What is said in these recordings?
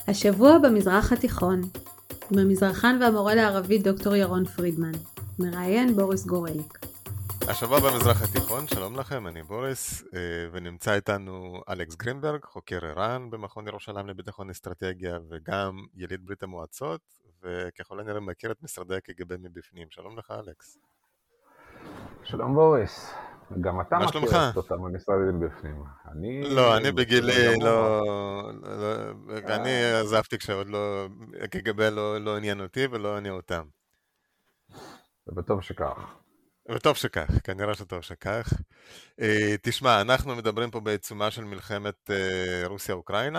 השבוע במזרח התיכון, עם המזרחן והמורה לערבית דוקטור ירון פרידמן, מראיין בוריס גורליק. השבוע במזרח התיכון, שלום לכם, אני בוריס, ונמצא איתנו אלכס גרינברג, חוקר איראן במכון ירושלים לביטחון אסטרטגיה, וגם יליד ברית המועצות, וככל הנראה מכיר את משרדי הקג"ב מבפנים. שלום לך, אלכס. שלום בוריס, גם אתה מה מכיר שלומך? את אותם המשרדים בפנים. לא, אני בגילי אני עזבתי כשעוד לא, הקג"ב לא עניין אותי ולא עניין אותם. וטוב שכך. וטוב שכך, כנראה שטוב שכך. תשמע, אנחנו מדברים פה בעיצומה של מלחמת רוסיה-אוקראינה,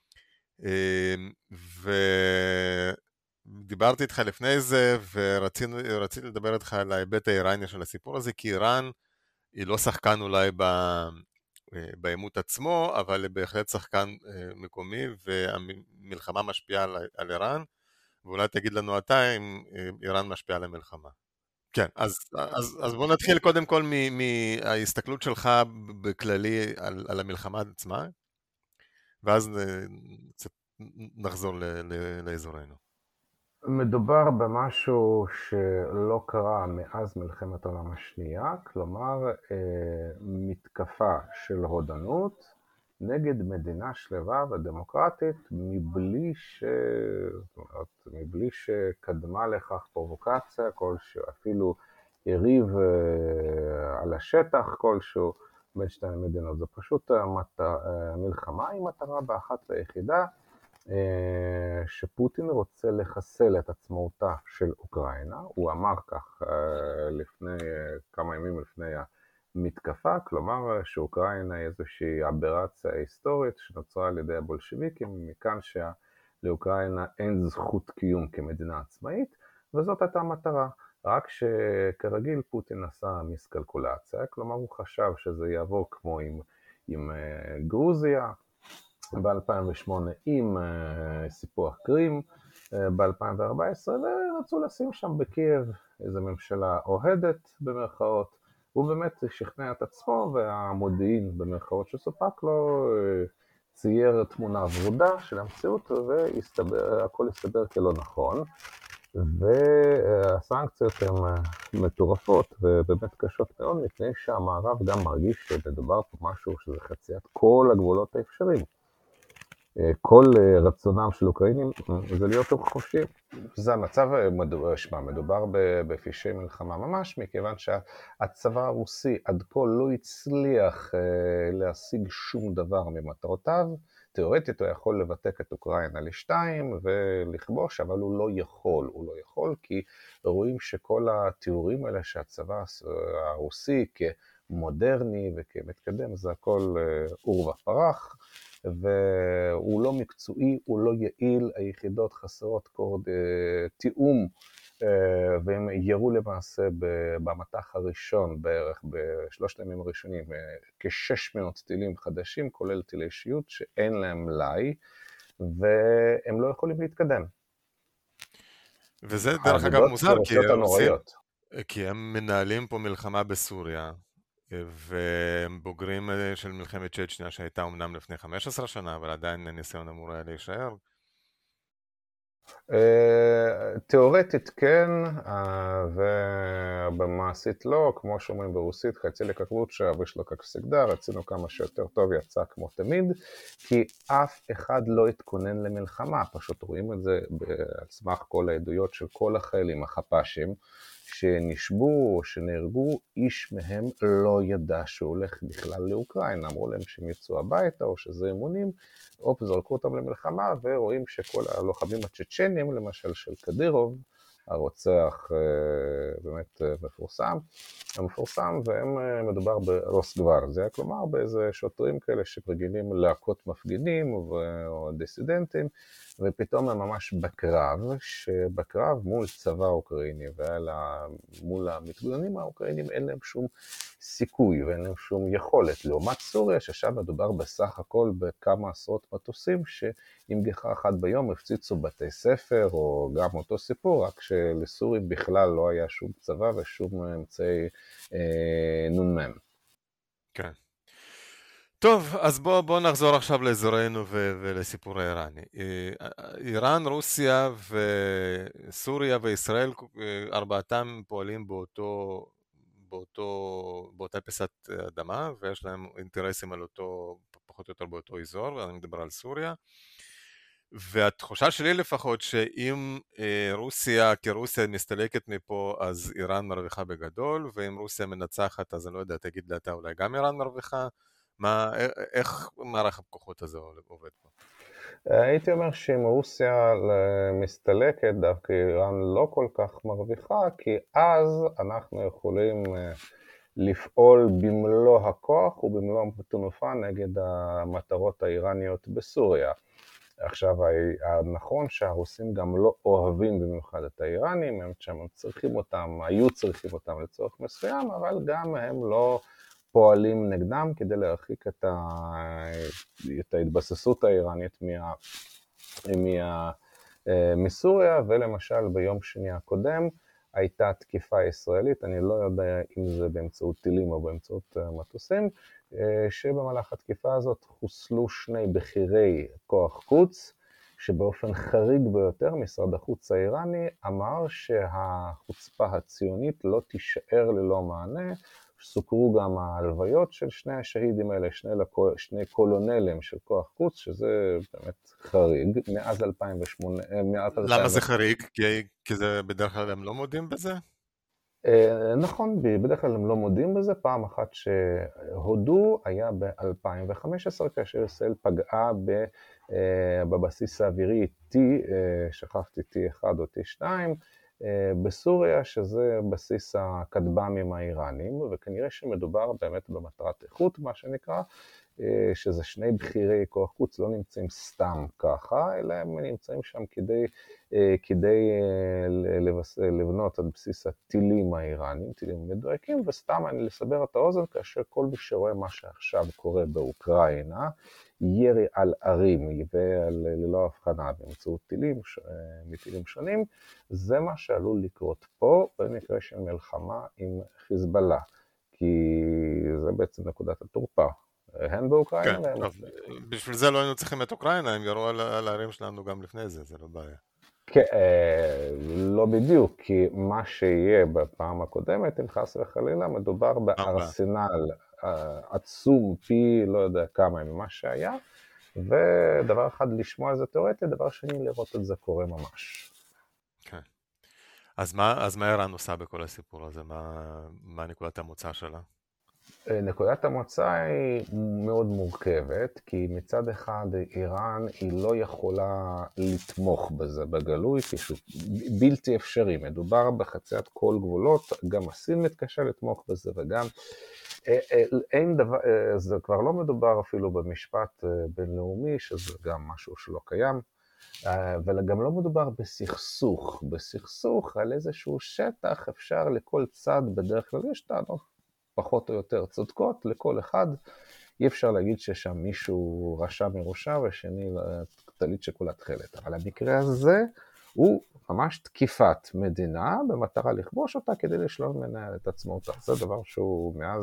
ודיברתי איתך לפני זה, ורציתי לדבר איתך על ההיבט האיראני של הסיפור הזה, כי איראן היא לא שחקן אולי בעימות עצמו, אבל היא בהחלט שחקן מקומי, והמלחמה משפיעה על איראן, ואולי תגיד לנו אתה אם איראן משפיעה על המלחמה. כן, אז בוא נתחיל קודם כל מההסתכלות שלך בכללי על המלחמה עצמה, ואז נחזור לאזורנו. מדובר במשהו שלא קרה מאז מלחמת העולם השנייה, כלומר מתקפה של הודנות נגד מדינה שלווה ודמוקרטית מבלי שקדמה לכך פרובוקציה כלשהו, אפילו יריב על השטח כלשהו בין שתי המדינות. זה פשוט מלחמה עם מטרה באחת ויחידה, שפוטין רוצה לחסל את עצמאותה של אוקראינה. הוא אמר כך לפני כמה ימים לפני המתקפה, כלומר שאוקראינה היא איזושהי אברציה היסטורית שנוצרה על ידי הבולשביקים, מכאן שלאוקראינה אין זכות קיום כמדינה עצמאית, וזאת הייתה המטרה. רק שכרגיל פוטין עשה מיסקלקולציה, כלומר הוא חשב שזה יעבור כמו עם גרוזיה, ב-2008 עם סיפוח קרים, ב-2014, ורצו לשים שם בקייב איזו ממשלה אוהדת במרכאות. הוא באמת שכנע את עצמו, והמודיעין במרכאות שסופק לו צייר תמונה ורודה של המציאות, והכל הסתבר כלא נכון. והסנקציות הן מטורפות ובאמת קשות מאוד, מפני שהמערב גם מרגיש שמדובר פה משהו שזה חציית כל הגבולות האפשריים. כל רצונם של אוקראינים זה להיות חופשיים. זה המצב, מדובר בפשעי מלחמה ממש, מכיוון שהצבא הרוסי עד כה לא הצליח להשיג שום דבר ממטרותיו. תיאורטית הוא יכול לבטק את אוקראינה לשתיים ולכבוש, אבל הוא לא יכול כי רואים שכל התיאורים האלה שהצבא הרוסי כמודרני וכמתקדם זה הכל עור ופרח, והוא לא מקצועי, הוא לא יעיל, היחידות חסרות תיאום, והם ירו למעשה במטח הראשון בערך בשלושת הימים הראשונים כ-600 טילים חדשים, כולל טילי שיוט שאין להם מלאי, והם לא יכולים להתקדם. וזה דרך אגב מוזר, כי הם מנהלים פה מלחמה בסוריה, והם בוגרים של מלחמת צ'צ'ניה שהייתה אומנם לפני 15 שנה, אבל עדיין הניסיון אמור היה להישאר. תיאורטית כן, ובמעשית לא, כמו שאומרים ברוסית, חצי לקקרוצ'ה וישלו קק всегда, רצינו כמה שיותר טוב, יצא כמו תמיד, כי אף אחד לא התכונן למלחמה, פשוט רואים את זה על סמך כל העדויות של כל החיילים החפ"שים, שנשבו או שנהרגו, איש מהם לא ידע שהוא הולך בכלל לאוקראינה, אמרו להם שהם יצאו הביתה או שזה אימונים, זרקו אותם למלחמה, ורואים שכל הלוחמים הצ'צ'נים, למשל של קדירוב, הרוצח באמת מפורסם, והם מדובר ברוסגוורדיה, כלומר באיזה שוטרים כאלה שרגילים להכות מפגינים או דיסידנטים, ופתאום הם ממש בקרב מול צבא אוקראיני, מול המתגוננים האוקראינים אין להם שום סיכוי ואין להם שום יכולת. לעומת סוריה, ששם מדובר בסך הכל בכמה עשרות מטוסים, שעם גיחה אחת ביום הפציצו בתי ספר, או גם אותו סיפור, רק שלסורים בכלל לא היה שום צבא ושום אמצעי נ"מ. כן. טוב, אז בוא נחזור עכשיו לאזורנו ולסיפור האיראני. איראן, רוסיה וסוריה וישראל, ארבעתם פועלים באותה פיסת אדמה, ויש להם אינטרסים על פחות או יותר באותו אזור, ואני מדבר על סוריה. והתחושה שלי לפחות, שאם רוסיה כרוסיה מסתלקת מפה, אז איראן מרוויחה בגדול, ואם רוסיה מנצחת, אז אני לא יודע, תגיד לי אתה, אולי גם איראן מרוויחה? איך מערך הכוחות הזה עובד פה? הייתי אומר שאם רוסיה מסתלקת, דווקא איראן לא כל כך מרוויחה, כי אז אנחנו יכולים לפעול במלוא הכוח ובמלוא התנופה נגד המטרות האיראניות בסוריה. עכשיו, נכון שהרוסים גם לא אוהבים במיוחד את האיראנים, הם צריכים אותם, היו צריכים אותם לצורך מסוים, אבל גם הם לא פועלים נגדם כדי להרחיק את ההתבססות האיראנית מסוריה, ולמשל ביום שני הקודם הייתה תקיפה ישראלית, אני לא יודע אם זה באמצעות טילים או באמצעות מטוסים, שבמהלך התקיפה הזאת חוסלו שני בכירי כוח קודס, שבאופן חריג ביותר משרד החוץ האיראני אמר שהחוצפה הציונית לא תישאר ללא מענה, סוכרו גם ההלוויות של שני השהידים האלה, שני קולונלים של כוח קודס, שזה באמת חריג, מאז 2008. למה זה חריג? כי זה בדרך כלל הם לא מודים בזה? נכון, בדרך כלל הם לא מודים בזה. פעם אחת שהודו היה ב-2015, כאשר ישראל פגעה בבסיס האווירי T, שכחתי T1 או T2, בסוריה, שזה בסיס הכטב"מים האיראנים, וכנראה שמדובר באמת במטרת איכות, מה שנקרא, שזה שני בכירי כוח קודס לא נמצאים סתם ככה, אלא הם נמצאים שם כדי לבנות על בסיס הטילים האיראנים, טילים מדויקים, וסתם אני לסבר את האוזן, כאשר כל מי שרואה מה שעכשיו קורה באוקראינה, ירי על ערים ללא הבחנה באמצעות מטילים שונים, זה מה שעלול לקרות פה במקרה של מלחמה עם חיזבאללה, כי זה בעצם נקודת התורפה. הן באוקראינה כן, טוב, בשביל זה לא היינו צריכים את אוקראינה, הם ירו על הערים שלנו גם לפני זה, זה לא בעיה. כן, לא בדיוק, כי מה שיהיה בפעם הקודמת, אם חס וחלילה, מדובר בארסנל עצום פי לא יודע כמה ממה שהיה, ודבר אחד לשמוע זה תיאורטי, דבר שני לראות את זה קורה ממש. כן. אז מה איראן עושה בכל הסיפור הזה? מה נקודת המוצא שלה? נקודת המוצא היא מאוד מורכבת, כי מצד אחד איראן היא לא יכולה לתמוך בזה בגלוי, פשוט בלתי אפשרי, מדובר בחציית כל גבולות, גם הסין מתקשה לתמוך בזה, וגם אין דבר, זה כבר לא מדובר אפילו במשפט בינלאומי, שזה גם משהו שלא קיים, וגם לא מדובר בסכסוך על איזשהו שטח, אפשר לכל צד בדרך כלל יש טענות, פחות או יותר צודקות, לכל אחד, אי אפשר להגיד ששם מישהו רשע מרושע ושני טלית שכולה תכלת, אבל המקרה הזה הוא ממש תקיפת מדינה במטרה לכבוש אותה כדי לשלול ממנה את עצמאותה. זה דבר שהוא מאז,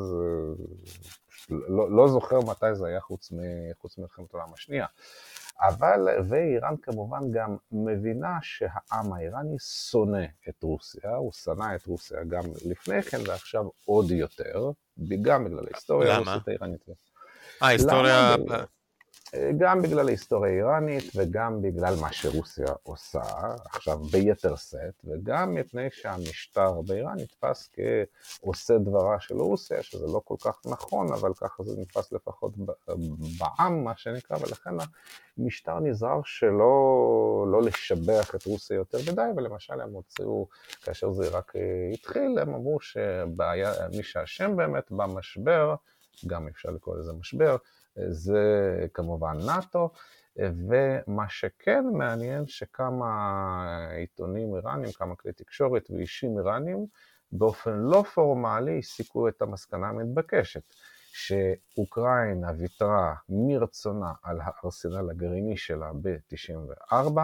לא זוכר מתי זה היה חוץ מלחמת העולם השנייה. אבל, ואיראן כמובן גם מבינה שהעם האיראני שונא את רוסיה, הוא שנא את רוסיה גם לפני כן ועכשיו עוד יותר, גם בגלל ההיסטוריה הרוסית האיראנית. ההיסטוריה... גם בגלל ההיסטוריה האיראנית וגם בגלל מה שרוסיה עושה עכשיו ביתר סט, וגם מפני שהמשטר באיראן נתפס כעושה דברה של רוסיה, שזה לא כל כך נכון, אבל ככה זה נתפס לפחות בעם, מה שנקרא, ולכן המשטר נזהר שלא לשבח את רוסיה יותר מדי, ולמשל הם הוציאו, כאשר זה רק התחיל, הם אמרו שמי שהשם באמת במשבר, גם אפשר לקרוא לזה משבר, זה כמובן נאטו, ומה שכן מעניין שכמה עיתונים איראנים, כמה כלי תקשורת ואישים איראנים, באופן לא פורמלי הסיקו את המסקנה המתבקשת, שאוקראינה ויתרה מרצונה על הארסנל הגרעיני שלה ב-94,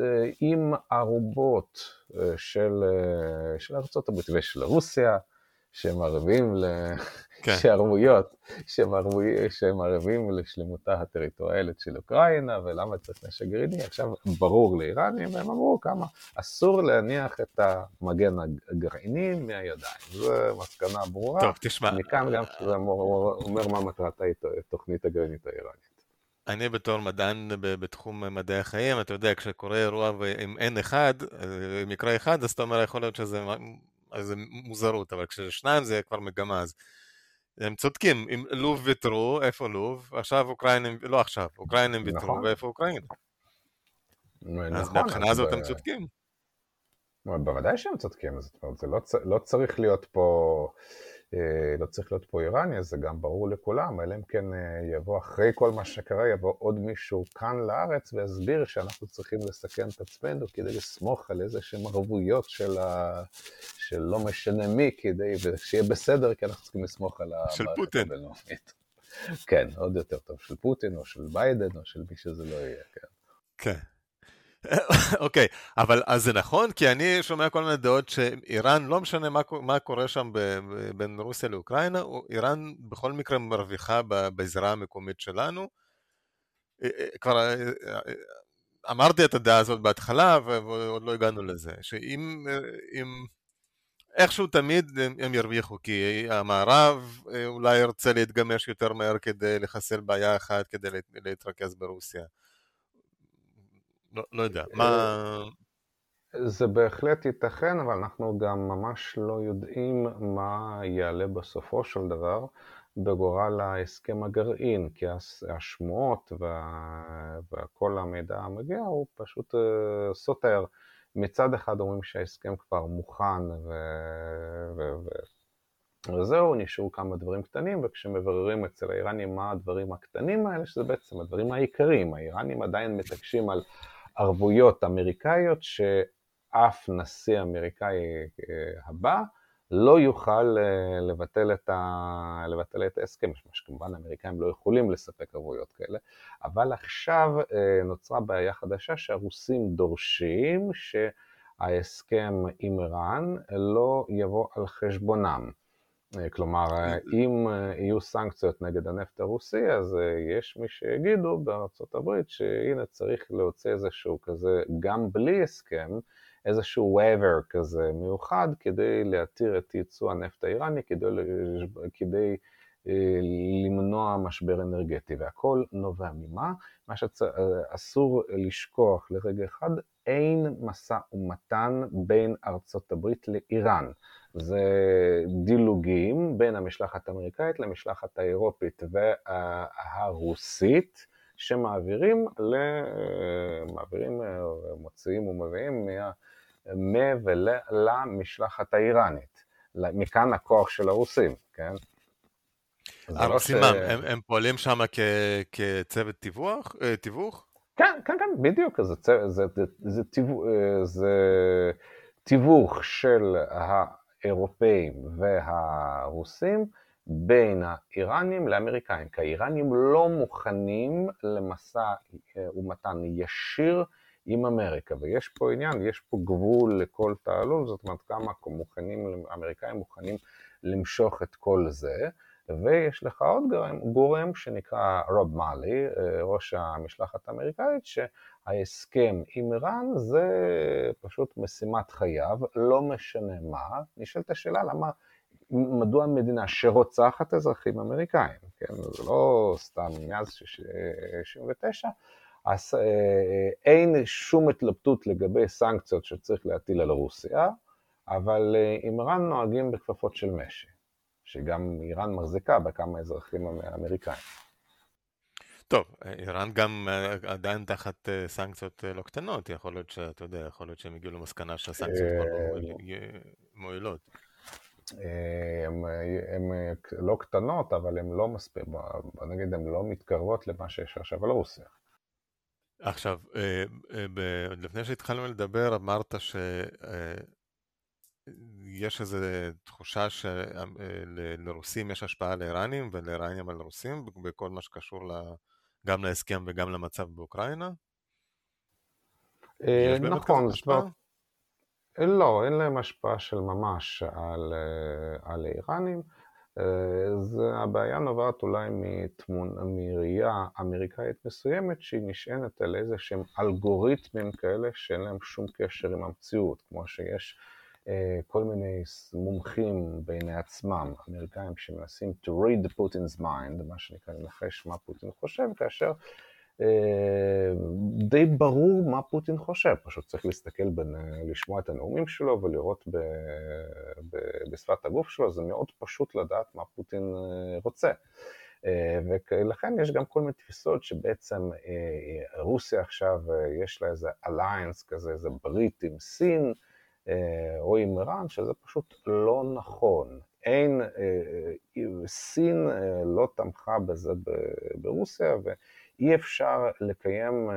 עם ערובות של ארצות הברית ושל רוסיה, שהם ערבים כן. שערבויות, שהם ערבים לשלמותה הטריטוריאלית של אוקראינה, ולמה צריך נשק גרעיני. עכשיו ברור לאיראנים, והם אמרו כמה אסור להניח את המגן הגרעיני מהידיים. זו מסקנה ברורה. טוב, תשמע. מכאן גם זה אומר מה מטרת התוכנית הגרעינית האיראנית. אני בתור מדען בתחום מדעי החיים, אתה יודע, כשקורה אירוע עם N1, מקרה אחד, אז אתה אומר, יכול להיות שזה מוזרות, אבל כששניים זה כבר מגמה, אז הם צודקים, אם לוב ויתרו, איפה לוב? עכשיו אוקראינים, לא עכשיו, אוקראינים ויתרו, ואיפה אוקראינה? אז מהבחינה הזאת הם צודקים. בוודאי שהם צודקים, זאת אומרת, זה לא צריך להיות פה, לא צריך להיות פה איראני, זה גם ברור לכולם, אלא אם כן יבוא אחרי כל מה שקרה, יבוא עוד מישהו כאן לארץ ויסביר שאנחנו צריכים לסכן את עצמנו כדי לסמוך על איזה שהם ערבויות של לא משנה מי, כדי שיהיה בסדר, כי אנחנו צריכים לסמוך על המערכת הבינלאומית. כן, עוד יותר טוב, של פוטין או של ביידן או של מי שזה לא יהיה, כן. כן. אוקיי, אבל אז זה נכון, כי אני שומע כל מיני דעות שאיראן, לא משנה מה קורה שם בין רוסיה לאוקראינה, איראן בכל מקרה מרוויחה בזירה המקומית שלנו. כבר אמרתי את הדעה הזאת בהתחלה, ועוד לא הגענו לזה, שאם איכשהו תמיד הם ירוויחו, כי המערב אולי ירצה להתגמש יותר מהר כדי לחסל בעיה אחת, כדי להתרכז ברוסיה. לא יודע, מה... זה בהחלט ייתכן, אבל אנחנו גם ממש לא יודעים מה יעלה בסופו של דבר בגורל ההסכם הגרעין, כי השמועות וכל המידע המגיע הוא פשוט סותר. מצד אחד אומרים שההסכם כבר מוכן וזהו, נשארו כמה דברים קטנים, וכשמבררים אצל האיראנים מה הדברים הקטנים האלה, שזה בעצם הדברים העיקריים, האיראנים עדיין מתעקשים על ערבויות אמריקאיות שאף נשיא אמריקאי הבא לא יוכל לבטל את ההסכם, שכמובן האמריקאים לא יכולים לספק ערבויות כאלה, אבל עכשיו נוצרה בעיה חדשה שהרוסים דורשים שההסכם עם איראן לא יבוא על חשבונם. כלומר, אם יהיו סנקציות נגד הנפט הרוסי, אז יש מי שיגידו בארצות הברית שהנה צריך להוציא איזשהו כזה, גם בלי הסכם, איזשהו waiver כזה מיוחד, כדי להתיר את ייצוא הנפט האיראני, כדי למנוע משבר אנרגטי, והכל נובע ממה? מה שאסור לשכוח לרגע אחד, אין משא ומתן בין ארצות הברית לאיראן. זה דילוגים בין המשלחת האמריקאית למשלחת האירופית והרוסית, שמעבירים, מוציאים ומביאים למשלחת האיראנית. מכאן הכוח של הרוסים, כן? הרוסים, הם פועלים שם כצוות תיווך? כן, בדיוק. זה תיווך של האירופאים והרוסים בין האיראנים לאמריקאים, כי האיראנים לא מוכנים למשא ומתן ישיר עם אמריקה, ויש פה עניין, יש פה גבול לכל תעלול, זאת אומרת כמה האמריקאים מוכנים למשוך את כל זה, ויש לך עוד גורם שנקרא רוב מאלי, ראש המשלחת האמריקאית, שההסכם עם איראן זה פשוט משימת חייו, לא משנה מה. נשאלת השאלה מדוע מדינה שרוצחת אזרחים אמריקאים, כן? זה לא סתם מאז 69, אז אין שום התלבטות לגבי סנקציות שצריך להטיל על רוסיה, אבל עם איראן נוהגים בכפפות של משי, שגם איראן מחזיקה בכמה אזרחים אמריקאים. טוב, איראן גם עדיין תחת סנקציות לא קטנות, יכול להיות שאתה יודע, יכול להיות שהם הגיעו למסקנה שהסנקציות כבר לא מועילות. הן לא קטנות, אבל הן לא מספיק, בוא נגיד, הן לא מתקרבות למה שיש עכשיו על רוסיה. עכשיו, לפני שהתחלנו לדבר, אמרת יש איזו תחושה שלרוסים יש השפעה על האיראנים ולאיראנים על הרוסים בכל מה שקשור גם להסכם וגם למצב באוקראינה? נכון, לא, אין להם השפעה של ממש על האיראנים. הבעיה נובעת אולי מראייה אמריקאית מסוימת שהיא נשענת על איזה שהם אלגוריתמים כאלה שאין להם שום קשר עם המציאות, כמו שיש כל מיני מומחים בעיני עצמם, אמריקאים שמנסים to read Putin's mind, מה שנקרא לנחש מה פוטין חושב, כאשר די ברור מה פוטין חושב, פשוט צריך להסתכל, לשמוע את הנאומים שלו ולראות בשפת הגוף שלו, זה מאוד פשוט לדעת מה פוטין רוצה. ולכן יש גם כל מיני תפיסות שבעצם רוסיה עכשיו יש לה איזה אליינס כזה, איזה ברית עם סין או עם איראן, שזה פשוט לא נכון. סין לא תמכה בזה ברוסיה, ואי אפשר לקיים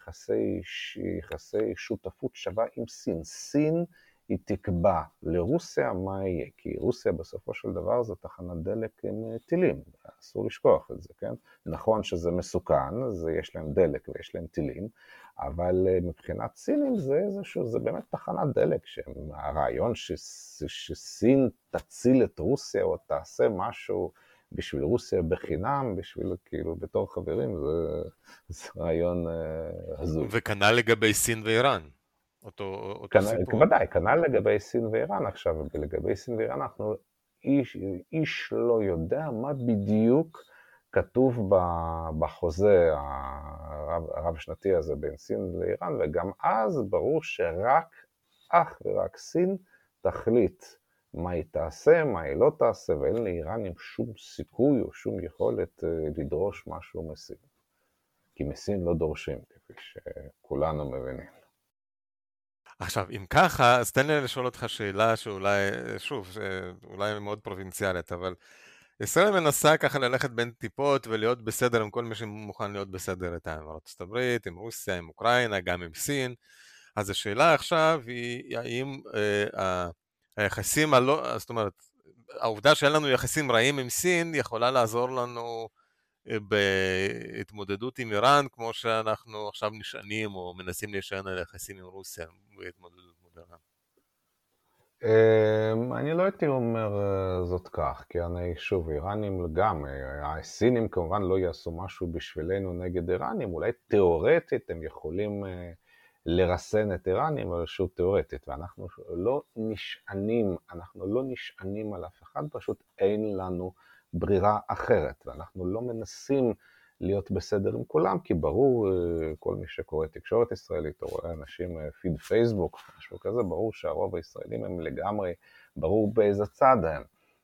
יחסי שותפות שווה עם סין. סין היא תקבע לרוסיה מה יהיה, כי רוסיה בסופו של דבר זה תחנת דלק עם טילים, אסור לשכוח את זה, כן? נכון שזה מסוכן, יש להם דלק ויש להם טילים, אבל מבחינת סינים זה באמת תחנת דלק, הרעיון שסין תציל את רוסיה או תעשה משהו בשביל רוסיה בחינם, בשביל כאילו בתור חברים, זה רעיון הזוי. וכנ"ל לגבי סין ואיראן. אותו סיפור. ודאי, כנ"ל לגבי סין ואיראן עכשיו, ולגבי סין ואיראן אנחנו, איש לא יודע מה בדיוק כתוב בחוזה הרב שנתי הזה בין סין לאיראן, וגם אז ברור אך ורק סין תחליט מה היא תעשה, מה היא לא תעשה, ואין לאיראנים שום סיכוי או שום יכולת לדרוש משהו מסין. כי מסין לא דורשים, כפי שכולנו מבינים. עכשיו, אם ככה, אז תן לי לשאול אותך שאלה שאולי, שוב, אולי מאוד פרובינציאלית, אבל ישראל מנסה ככה ללכת בין טיפות ולהיות בסדר עם כל מי שמוכן להיות בסדר איתה, עם ארצות הברית, עם רוסיה, עם אוקראינה, גם עם סין. אז השאלה עכשיו היא, האם היחסים, זאת אומרת, העובדה שאין לנו יחסים רעים עם סין יכולה לעזור לנו בהתמודדות עם איראן, כמו שאנחנו עכשיו נשענים או מנסים להישען על יחסים עם רוסיה בהתמודדות מול איראן. אני לא הייתי אומר זאת כך, כי שוב, איראנים גם, הסינים כמובן לא יעשו משהו בשבילנו נגד איראנים, אולי תיאורטית הם יכולים לרסן את איראנים, אבל שוב תיאורטית, ואנחנו לא נשענים על אף אחד, פשוט אין לנו ברירה אחרת, ואנחנו לא מנסים להיות בסדר עם כולם, כי ברור, כל מי שקורא תקשורת ישראלית, או רואה אנשים פיד פייסבוק, משהו כזה, ברור שהרוב הישראלים הם לגמרי, ברור באיזה צד הם,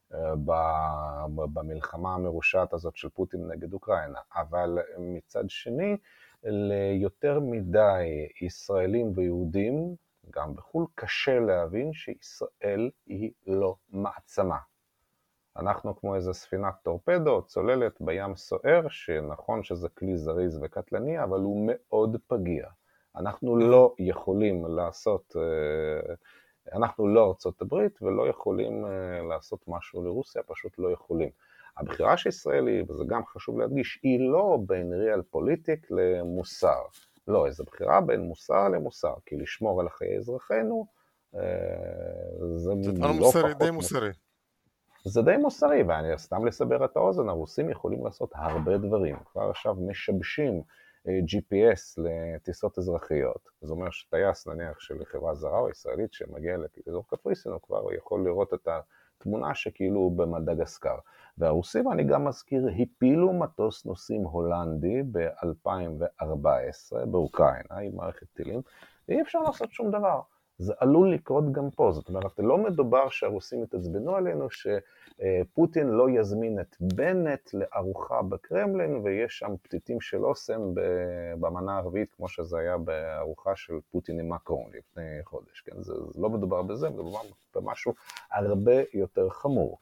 במלחמה המרושעת הזאת של פוטין נגד אוקראינה, אבל מצד שני, ליותר מדי ישראלים ויהודים, גם בחו"ל, קשה להבין שישראל היא לא מעצמה. אנחנו כמו איזו ספינת טורפדו, צוללת בים סוער, שנכון שזה כלי זריז וקטלני, אבל הוא מאוד פגיע. אנחנו לא יכולים לעשות, אנחנו לא ארצות הברית, ולא יכולים לעשות משהו לרוסיה, פשוט לא יכולים. הבחירה של ישראל היא, וזה גם חשוב להדגיש, היא לא בין ריאל פוליטיק למוסר. לא, זו בחירה בין מוסר למוסר, כי לשמור על חיי אזרחינו, זה דבר מוסרי, די מוסרי. זה די מוסרי, ואני סתם לסבר את האוזן, הרוסים יכולים לעשות הרבה דברים. כבר עכשיו משבשים GPS לטיסות אזרחיות, זאת אומרת שטייס נניח של חברה זרה או ישראלית שמגיע לאזור קפריסין, הוא כבר יכול לראות את התמונה שכאילו במדגסקר. והרוסים, אני גם מזכיר, הפילו מטוס נוסעים הולנדי ב-2014 באוקראינה עם מערכת טילים, ואי אפשר לעשות שום דבר. זה עלול לקרות גם פה, זאת אומרת, לא מדובר שהרוסים יתעצבנו עלינו, שפוטין לא יזמין את בנט לארוחה בקרמלין, ויש שם פתיתים של אוסם במנה הרביעית, כמו שזה היה בארוחה של פוטין עם מקרון לפני חודש, כן? זה לא מדובר בזה, מדובר במשהו הרבה יותר חמור.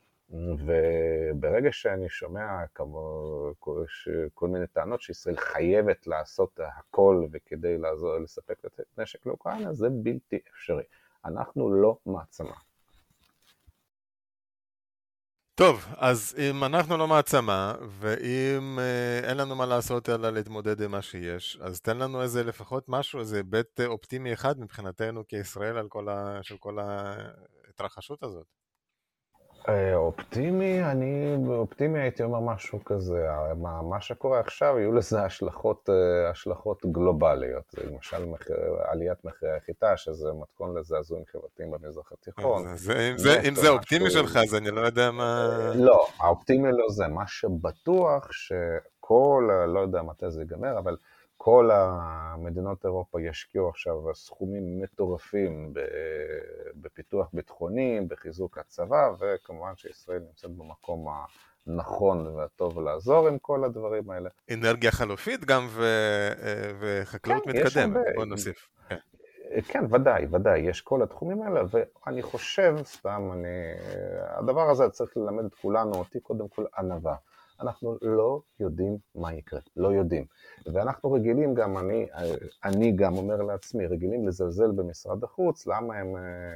וברגע שאני שומע כל מיני טענות שישראל חייבת לעשות הכל וכדי לעזור לספק את נשק לאוקראינה, זה בלתי אפשרי. אנחנו לא מעצמה. טוב, אז אם אנחנו לא מעצמה, ואם אין לנו מה לעשות אלא להתמודד עם מה שיש, אז תן לנו איזה לפחות משהו, איזה היבט אופטימי אחד מבחינתנו כישראל על של כל ההתרחשות הזאת. אופטימי, אופטימי הייתי אומר משהו כזה, מה שקורה עכשיו יהיו לזה השלכות גלובליות, למשל עליית מחירי החיטה, שזה מתכון לזעזועים חברתיים במזרח התיכון. אם זה אופטימי שלך, אז אני לא יודע מה... לא, האופטימי לא זה, מה שבטוח שכל, לא יודע מתי זה ייגמר, אבל כל המדינות אירופה ישקיעו עכשיו סכומים מטורפים בפיתוח ביטחוני, בחיזוק הצבא, וכמובן שישראל נמצאת במקום הנכון והטוב לעזור עם כל הדברים האלה. אנרגיה חלופית גם וחקלאות כן, מתקדמת, בוא נוסיף. כן, ודאי, יש כל התחומים האלה, ואני חושב, הדבר הזה צריך ללמד את כולנו, אותי קודם כל ענווה. אנחנו לא יודעים מה יקרה, לא יודעים. ואנחנו רגילים גם, אני גם אומר לעצמי, רגילים לזלזל במשרד החוץ, למה הם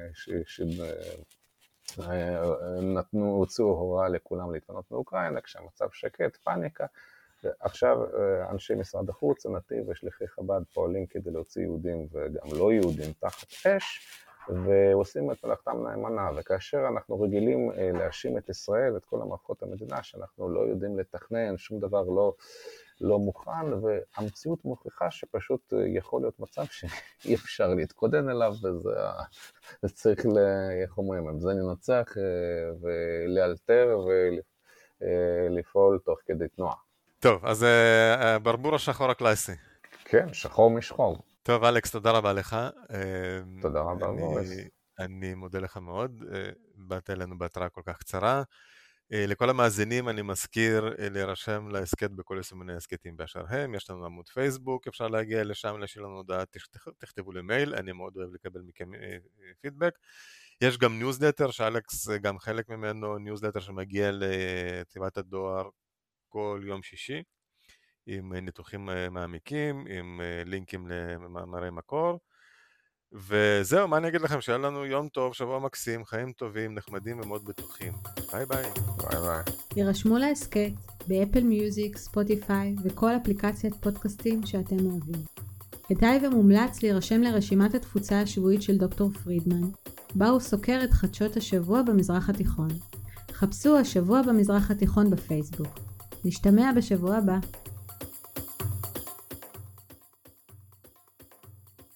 הוציאו הוראה לכולם להתפנות מאוקראינה, כשהמצב שקט, פאניקה, ועכשיו אנשי משרד החוץ, הנתיב ושליחי חב"ד פועלים כדי להוציא יהודים וגם לא יהודים תחת אש, ועושים את מלאכתם נאמנה, וכאשר אנחנו רגילים להאשים את ישראל, את כל המערכות המדינה, שאנחנו לא יודעים לתכנן, שום דבר לא מוכן, והמציאות מוכיחה שפשוט יכול להיות מצב שאי אפשר להתכונן אליו, וזה צריך, איך אומרים, זה לנצח ולאלתר ולפעול תוך כדי תנועה. טוב, אז ברבור השחור הקלאסי. כן, שחור משחור. טוב, אלכס, תודה רבה לך. תודה רבה, מוריס. אני מודה לך מאוד, באת אלינו בהתראה כל כך קצרה. לכל המאזינים אני מזכיר להירשם להסקט בכל יישומי הסקטים באשר הם, יש לנו עמוד פייסבוק, אפשר להגיע לשם, להשאיר לנו הודעה, תכתבו לי מייל, אני מאוד אוהב לקבל מכם פידבק. יש גם ניוזלטר, שאלכס גם חלק ממנו, ניוזלטר שמגיע לתיבת הדואר כל יום שישי, עם ניתוחים מעמיקים, עם לינקים למאמרי מקור, וזהו, מה אני אגיד לכם? שיהיה לנו יום טוב, שבוע מקסים, חיים טובים, נחמדים ומאוד בטוחים. ביי ביי. ביי ביי. יירשמו להסקט באפל מיוזיק, ספוטיפיי וכל אפליקציית פודקאסטים שאתם אוהבים. כדאי ומומלץ להירשם לרשימת התפוצה השבועית של דוקטור פרידמן, בה הוא סוקר את חדשות השבוע במזרח התיכון. חפשו השבוע במזרח התיכון בפייסבוק. נשתמע בשבוע הבא.